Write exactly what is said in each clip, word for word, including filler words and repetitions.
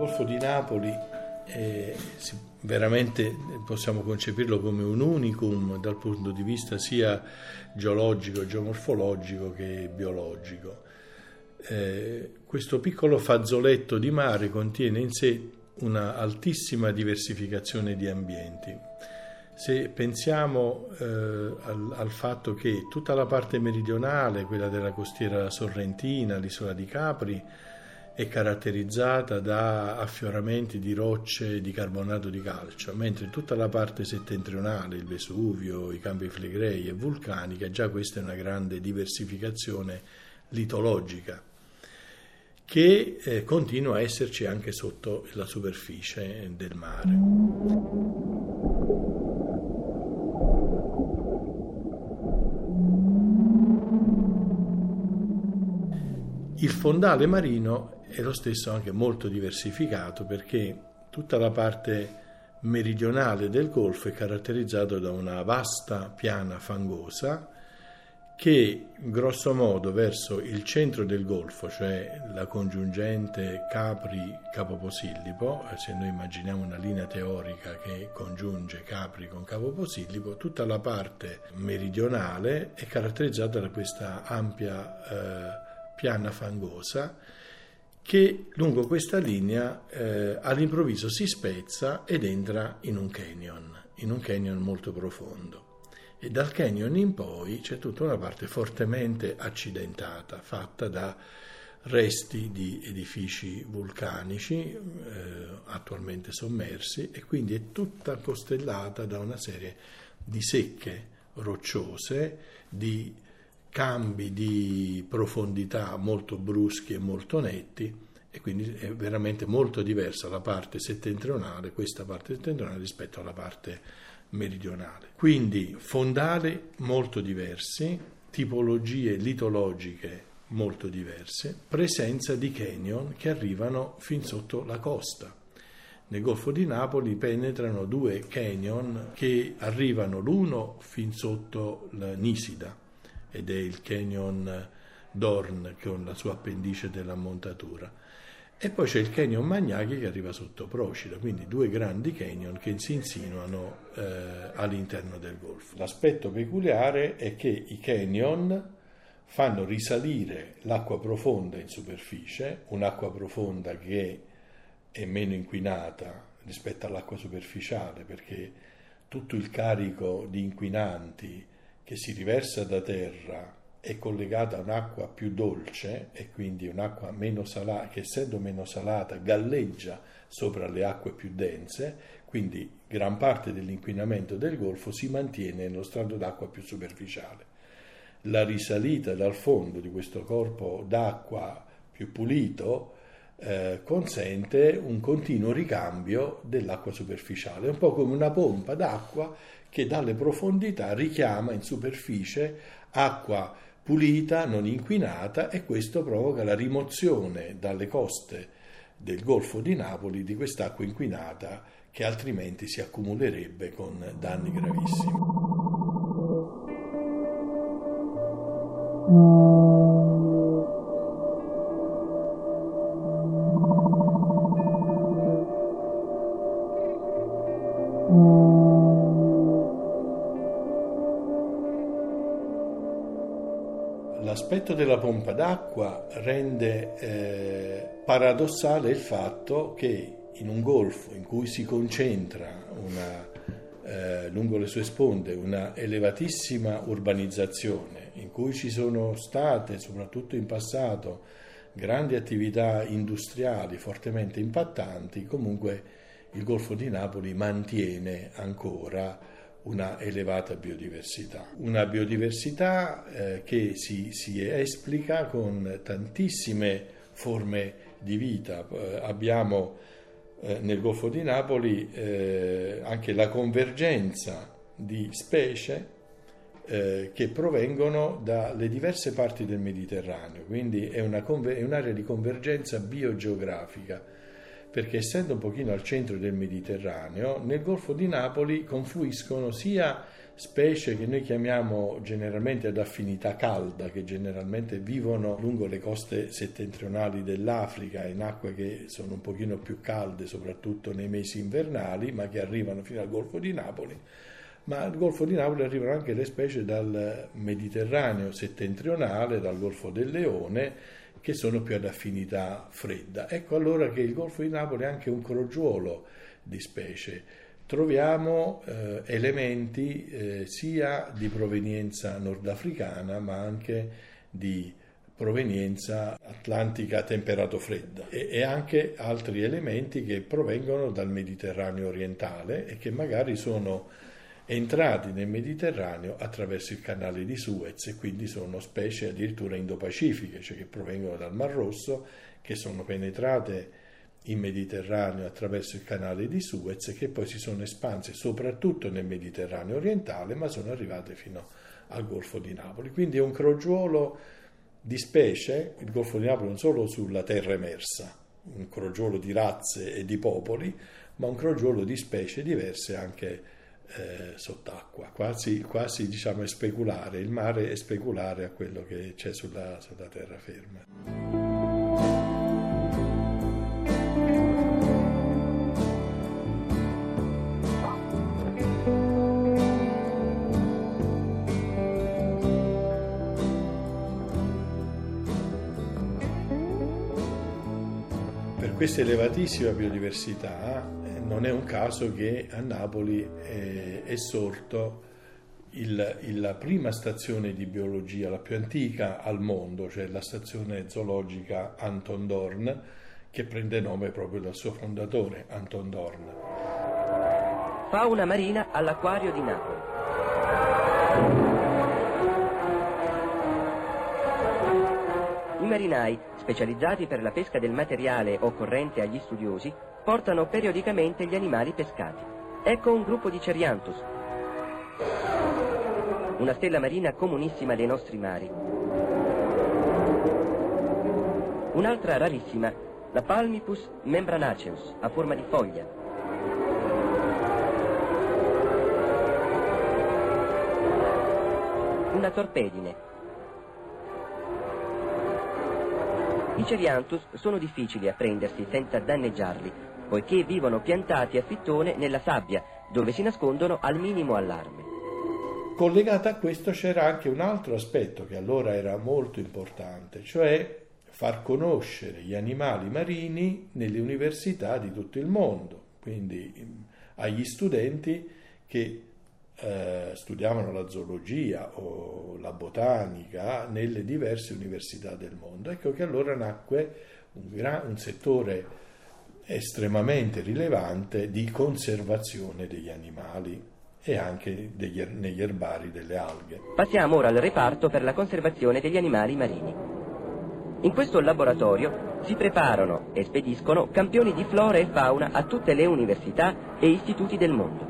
Golfo di Napoli eh, si, veramente possiamo concepirlo come un unicum dal punto di vista sia geologico, geomorfologico che biologico. Eh, questo piccolo fazzoletto di mare contiene in sé una altissima diversificazione di ambienti. Se pensiamo eh, al, al fatto che tutta la parte meridionale, quella della costiera sorrentina, l'isola di Capri, è caratterizzata da affioramenti di rocce di carbonato di calcio, mentre tutta la parte settentrionale, il Vesuvio, i Campi Flegrei e vulcanica, già questa è una grande diversificazione litologica che eh, continua a esserci anche sotto la superficie del mare. Il fondale marino è lo stesso anche molto diversificato, perché tutta la parte meridionale del golfo è caratterizzato da una vasta piana fangosa che grosso modo verso il centro del golfo, cioè la congiungente Capri-Capo Posillipo, se noi immaginiamo una linea teorica che congiunge Capri con Capo Posillipo, tutta la parte meridionale è caratterizzata da questa ampia eh, piana fangosa che lungo questa linea eh, all'improvviso si spezza ed entra in un canyon, in un canyon molto profondo. E dal canyon in poi c'è tutta una parte fortemente accidentata, fatta da resti di edifici vulcanici eh, attualmente sommersi, e quindi è tutta costellata da una serie di secche rocciose, di cambi di profondità molto bruschi e molto netti, e quindi è veramente molto diversa la parte settentrionale, questa parte settentrionale, rispetto alla parte meridionale. Quindi fondali molto diversi, tipologie litologiche molto diverse, presenza di canyon che arrivano fin sotto la costa. Nel Golfo di Napoli penetrano due canyon che arrivano l'uno fin sotto la Nisida, ed è il canyon Dorn con la sua appendice della montatura, e poi c'è il canyon Magnaghi che arriva sotto Procida, quindi due grandi canyon che si insinuano eh, all'interno del golfo. L'aspetto peculiare è che i canyon fanno risalire l'acqua profonda in superficie, un'acqua profonda che è meno inquinata rispetto all'acqua superficiale, perché tutto il carico di inquinanti che si riversa da terra è collegata a un'acqua più dolce, e quindi un'acqua meno salata, che essendo meno salata galleggia sopra le acque più dense, quindi gran parte dell'inquinamento del golfo si mantiene nello strato d'acqua più superficiale. La risalita dal fondo di questo corpo d'acqua più pulito eh, consente un continuo ricambio dell'acqua superficiale, un po' come una pompa d'acqua che dalle profondità richiama in superficie acqua pulita, non inquinata, e questo provoca la rimozione dalle coste del Golfo di Napoli di quest'acqua inquinata che altrimenti si accumulerebbe con danni gravissimi. L'aspetto della pompa d'acqua rende eh, paradossale il fatto che in un golfo in cui si concentra una, eh, lungo le sue sponde una elevatissima urbanizzazione, in cui ci sono state, soprattutto in passato, grandi attività industriali fortemente impattanti, comunque il Golfo di Napoli mantiene ancora una elevata biodiversità, una biodiversità eh, che si, si esplica con tantissime forme di vita. Eh, abbiamo eh, nel Golfo di Napoli eh, anche la convergenza di specie eh, che provengono dalle diverse parti del Mediterraneo, quindi è, una conver- è un'area di convergenza biogeografica, perché essendo un pochino al centro del Mediterraneo, nel Golfo di Napoli confluiscono sia specie che noi chiamiamo generalmente ad affinità calda, che generalmente vivono lungo le coste settentrionali dell'Africa, in acque che sono un pochino più calde, soprattutto nei mesi invernali, ma che arrivano fino al Golfo di Napoli. Ma al Golfo di Napoli arrivano anche le specie dal Mediterraneo settentrionale, dal Golfo del Leone, che sono più ad affinità fredda. Ecco allora che il Golfo di Napoli è anche un crogiuolo di specie. Troviamo eh, elementi eh, sia di provenienza nordafricana, ma anche di provenienza atlantica temperato-fredda e, e anche altri elementi che provengono dal Mediterraneo orientale e che magari sono entrati nel Mediterraneo attraverso il canale di Suez, e quindi sono specie addirittura indo-pacifiche, cioè che provengono dal Mar Rosso, che sono penetrate in Mediterraneo attraverso il canale di Suez e che poi si sono espanse soprattutto nel Mediterraneo orientale, ma sono arrivate fino al Golfo di Napoli. Quindi è un crogiuolo di specie, il Golfo di Napoli non solo sulla terra emersa, un crogiuolo di razze e di popoli, ma un crogiuolo di specie diverse anche eh, sott'acqua. Quasi, quasi diciamo è speculare, il mare è speculare a quello che c'è sulla, sulla terraferma. Questa elevatissima biodiversità eh, non è un caso che a Napoli eh, è sorto il, il, la prima stazione di biologia, la più antica al mondo, cioè la stazione zoologica Anton Dohrn, che prende nome proprio dal suo fondatore, Anton Dohrn. Fauna marina all'Acquario di Napoli. I marinai, specializzati per la pesca del materiale occorrente agli studiosi, portano periodicamente gli animali pescati. Ecco un gruppo di Cerianthus, una stella marina comunissima dei nostri mari. Un'altra rarissima, la Palmipus membranaceus, a forma di foglia. Una torpedine. I Cerianthus sono difficili a prendersi senza danneggiarli, poiché vivono piantati a fittone nella sabbia, dove si nascondono al minimo allarme. Collegato a questo c'era anche un altro aspetto che allora era molto importante, cioè far conoscere gli animali marini nelle università di tutto il mondo, quindi agli studenti che eh, studiavano la zoologia o la botanica nelle diverse università del mondo. Ecco che allora nacque un, gran, un settore estremamente rilevante di conservazione degli animali e anche degli, negli erbari delle alghe. Passiamo ora al reparto per la conservazione degli animali marini. In questo laboratorio si preparano e spediscono campioni di flora e fauna a tutte le università e istituti del mondo.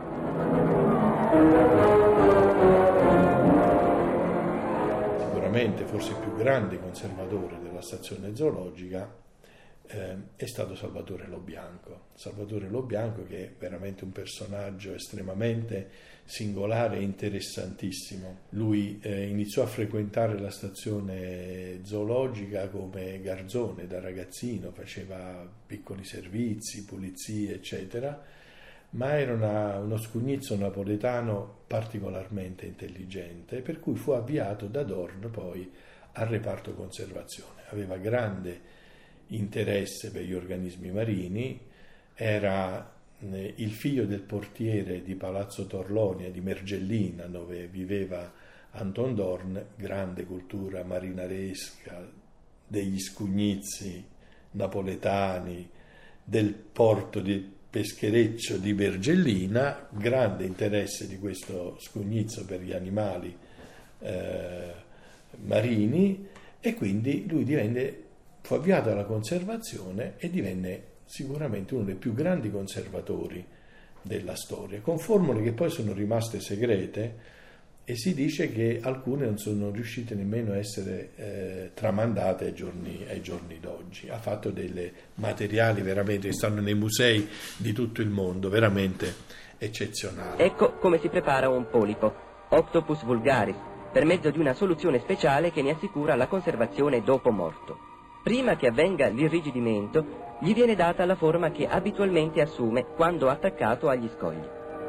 Sicuramente forse il più grande conservatore della stazione zoologica eh, è stato Salvatore Lobianco. Salvatore Lobianco, che è veramente un personaggio estremamente singolare e interessantissimo. Lui eh, iniziò a frequentare la stazione zoologica come garzone da ragazzino, faceva piccoli servizi, pulizie, eccetera, ma era una, uno scugnizzo napoletano particolarmente intelligente, per cui fu avviato da Dohrn poi al reparto conservazione. Aveva grande interesse per gli organismi marini, era eh, il figlio del portiere di Palazzo Torlonia di Mergellina, dove viveva Anton Dohrn, grande cultura marinaresca degli scugnizi napoletani, del porto di peschereccio di Mergellina, grande interesse di questo scugnizzo per gli animali eh, marini, e quindi lui divenne, fu avviato alla conservazione e divenne sicuramente uno dei più grandi conservatori della storia, con formule che poi sono rimaste segrete e si dice che alcune non sono riuscite nemmeno a essere eh, tramandate ai giorni, ai giorni d'oggi. Ha fatto delle materiali veramente che stanno nei musei di tutto il mondo, veramente eccezionali. Ecco come si prepara un polipo, Octopus vulgaris, per mezzo di una soluzione speciale che ne assicura la conservazione dopo morto. Prima che avvenga l'irrigidimento, gli viene data la forma che abitualmente assume quando attaccato agli scogli.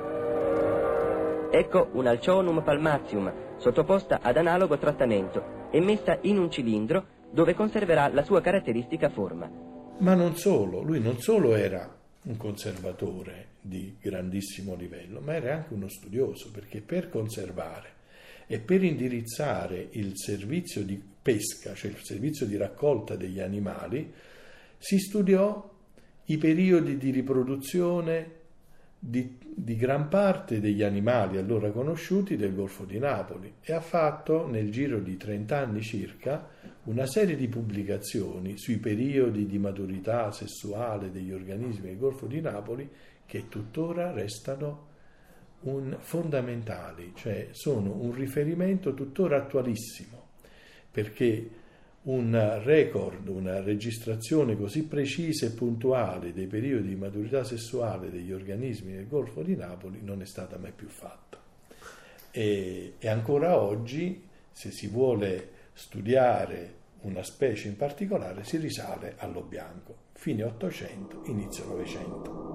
Ecco un Alcionum palmatium, sottoposta ad analogo trattamento e messa in un cilindro dove conserverà la sua caratteristica forma. Ma non solo, lui non solo era un conservatore di grandissimo livello, ma era anche uno studioso, perché per conservare e per indirizzare il servizio di pesca, cioè il servizio di raccolta degli animali, si studiò i periodi di riproduzione Di, di gran parte degli animali allora conosciuti del Golfo di Napoli e ha fatto nel giro di trenta anni circa una serie di pubblicazioni sui periodi di maturità sessuale degli organismi del Golfo di Napoli che tuttora restano un, fondamentali, cioè sono un riferimento tuttora attualissimo, perché un record, una registrazione così precisa e puntuale dei periodi di maturità sessuale degli organismi del Golfo di Napoli non è stata mai più fatta. E, e ancora oggi, se si vuole studiare una specie in particolare, si risale allo bianco, fine Ottocento, inizio Novecento.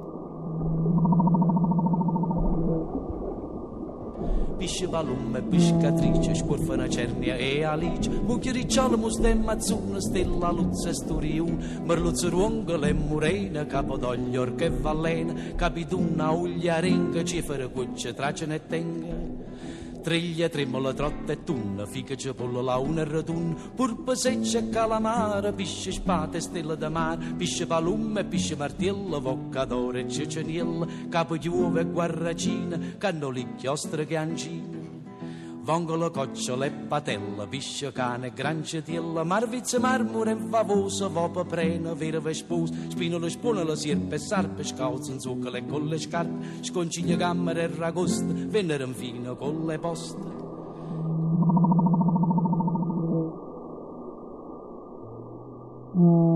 Pisce valume, pescatrice, scorfana cernia e alice, mucchiericciolo, mustemma, azzurra, stella, luzza, sturiun, merluzzo, ruongolo e murena, capodoglio, orca e vallena, capituna, uglia, renga, cifera, cuccia, traccia e tenga. Triglia, tremola, trotta e tunna, fica, cipolla, launa e radun, purpa, seccia, calamara, pisce, spate, stella da mare, pisce, palume, pisce, martello, voccatore, ceceniella, capo di uova e guarracina, cannolicchia, ostrche, ancina. Vongolo, cocciola e patella, pisce, cane, granciatella, marvizze, marmore e vavosa, vopa, prena, verve, sposa, spinola, spunola, sierpe, sarpe, scalzo, zuccola e con le scarpe, sconcigna, gammere e ragosta, vennero infine con le poste. Mm.